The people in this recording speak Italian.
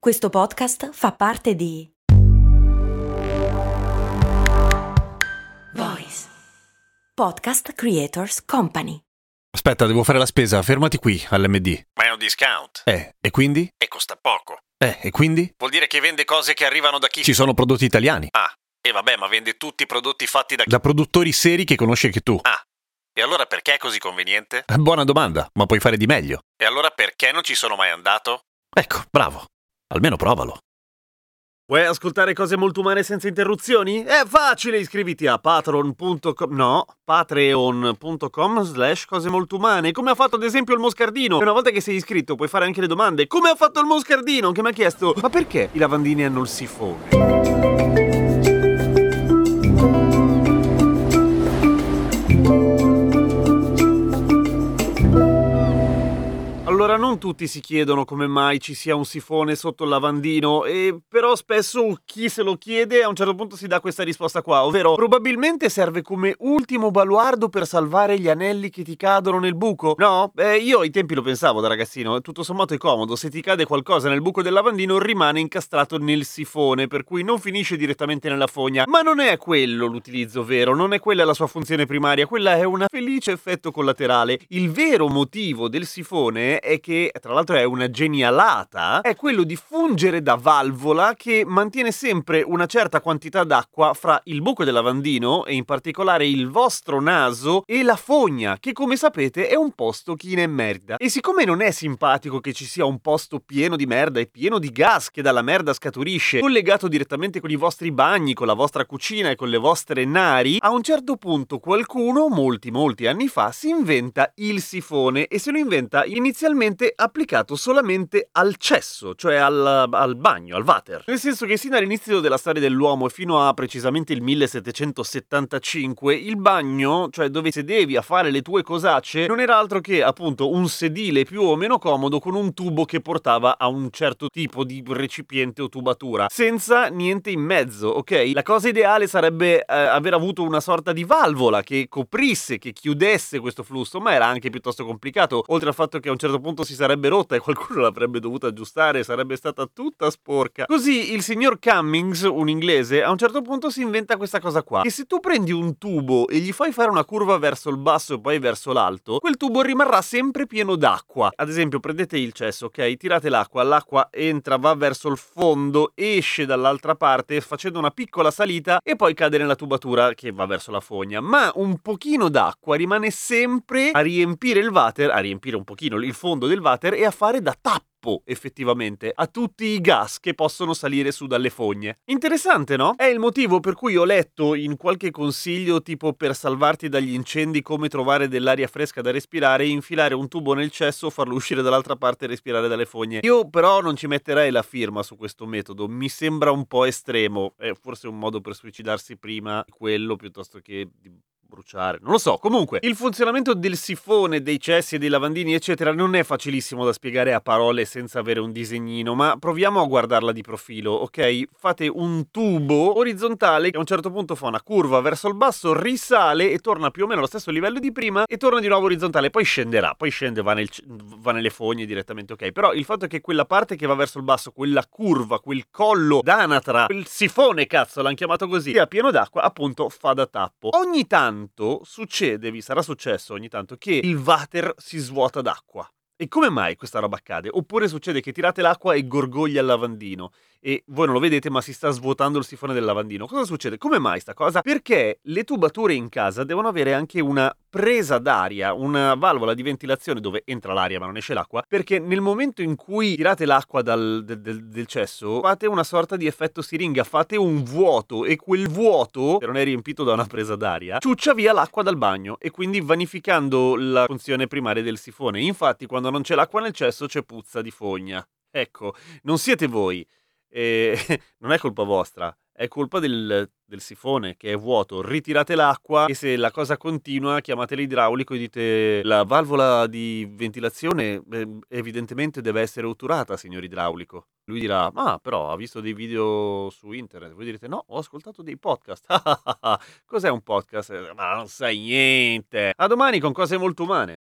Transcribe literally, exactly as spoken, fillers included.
Questo podcast fa parte di Voice Podcast Creators Company. Aspetta, devo fare la spesa, fermati qui all'M D. Ma è un discount. Eh, e quindi? E costa poco. Eh, e quindi? Vuol dire che vende cose che arrivano da chi? Ci sono prodotti italiani. Ah, e vabbè, ma vende tutti i prodotti fatti da chi? Da produttori seri che conosci anche tu. Ah, e allora perché è così conveniente? Buona domanda, ma puoi fare di meglio. E allora perché non ci sono mai andato? Ecco, bravo. Almeno provalo. Vuoi ascoltare cose molto umane senza interruzioni? È facile, iscriviti a patreon punto com no, patreon punto com slash cose molto umane, come ha fatto ad esempio il Moscardino. E una volta che sei iscritto puoi fare anche le domande, come ha fatto il Moscardino, che mi ha chiesto: ma perché i lavandini hanno il sifone? Allora, non tutti si chiedono come mai ci sia un sifone sotto il lavandino, e però spesso chi se lo chiede a un certo punto si dà questa risposta qua, ovvero probabilmente serve come ultimo baluardo per salvare gli anelli che ti cadono nel buco. No? Beh, io ai tempi lo pensavo da ragazzino, tutto sommato è comodo, se ti cade qualcosa nel buco del lavandino rimane incastrato nel sifone, per cui non finisce direttamente nella fogna. Ma non è quello l'utilizzo vero, non è quella la sua funzione primaria, quella è un felice effetto collaterale. Il vero motivo del sifone è che, tra l'altro è una genialata, è quello di fungere da valvola che mantiene sempre una certa quantità d'acqua fra il buco del lavandino, e in particolare il vostro naso, e la fogna, che come sapete è un posto china e merda. E siccome non è simpatico che ci sia un posto pieno di merda e pieno di gas che dalla merda scaturisce, collegato direttamente con i vostri bagni, con la vostra cucina e con le vostre nari, a un certo punto qualcuno, molti molti anni fa, si inventa il sifone, e se lo inventa inizialmente applicato solamente al cesso, cioè al, al bagno, al water. Nel senso che sin dall'inizio della storia dell'uomo e fino a precisamente il millesettecentosettantacinque, il bagno, cioè dove sedevi a fare le tue cosacce, non era altro che appunto un sedile più o meno comodo con un tubo che portava a un certo tipo di recipiente o tubatura, senza niente in mezzo, ok? La cosa ideale sarebbe eh, aver avuto una sorta di valvola che coprisse, che chiudesse questo flusso, ma era anche piuttosto complicato, oltre al fatto che a un certo punto si sarebbe rotta e qualcuno l'avrebbe dovuta aggiustare, sarebbe stata tutta sporca. Così il signor Cummings, un inglese, a un certo punto si inventa questa cosa qua, che se tu prendi un tubo e gli fai fare una curva verso il basso e poi verso l'alto, quel tubo rimarrà sempre pieno d'acqua. Ad esempio, prendete il cesso, ok? Tirate l'acqua, l'acqua entra, va verso il fondo, esce dall'altra parte facendo una piccola salita e poi cade nella tubatura che va verso la fogna, ma un pochino d'acqua rimane sempre a riempire il water, a riempire un pochino il fondo del water e a fare da tappo effettivamente a tutti i gas che possono salire su dalle fogne. Interessante, no? È il motivo per cui ho letto in qualche consiglio tipo per salvarti dagli incendi come trovare dell'aria fresca da respirare, infilare un tubo nel cesso, farlo uscire dall'altra parte e respirare dalle fogne. Io però non ci metterei la firma su questo metodo, mi sembra un po' estremo, è forse un modo per suicidarsi prima di quello piuttosto che di bruciare, non lo so. Comunque, il funzionamento del sifone, dei cessi e dei lavandini eccetera non è facilissimo da spiegare a parole senza avere un disegnino, ma proviamo a guardarla di profilo, ok? Fate un tubo orizzontale che a un certo punto fa una curva verso il basso, risale e torna più o meno allo stesso livello di prima e torna di nuovo orizzontale, poi scenderà, poi scende, va, nel, va nelle fogne direttamente, ok? Però il fatto è che quella parte che va verso il basso, quella curva, quel collo d'anatra, quel sifone, cazzo, l'hanno chiamato così, sia pieno d'acqua, appunto fa da tappo. Ogni tanto succede, vi sarà successo ogni tanto, che il water si svuota d'acqua. E come mai questa roba accade? Oppure succede che tirate l'acqua e gorgoglia il lavandino e voi non lo vedete ma si sta svuotando il sifone del lavandino. Cosa succede? Come mai sta cosa? Perché le tubature in casa devono avere anche una presa d'aria, una valvola di ventilazione dove entra l'aria ma non esce l'acqua, perché nel momento in cui tirate l'acqua dal, del, del, del cesso fate una sorta di effetto siringa, fate un vuoto e quel vuoto, che non è riempito da una presa d'aria, ciuccia via l'acqua dal bagno e quindi vanificando la funzione primaria del sifone. Infatti quando non c'è l'acqua nel cesso c'è puzza di fogna. Ecco, non siete voi. E non è colpa vostra, è colpa del, del sifone che è vuoto. Ritirate l'acqua e se la cosa continua chiamate l'idraulico e dite: la valvola di ventilazione eh, evidentemente deve essere otturata, signor idraulico. Lui dirà: ah, però ha visto dei video su internet. Voi direte: no, ho ascoltato dei podcast. Cos'è un podcast? Ma non sai niente. A domani con cose molto umane.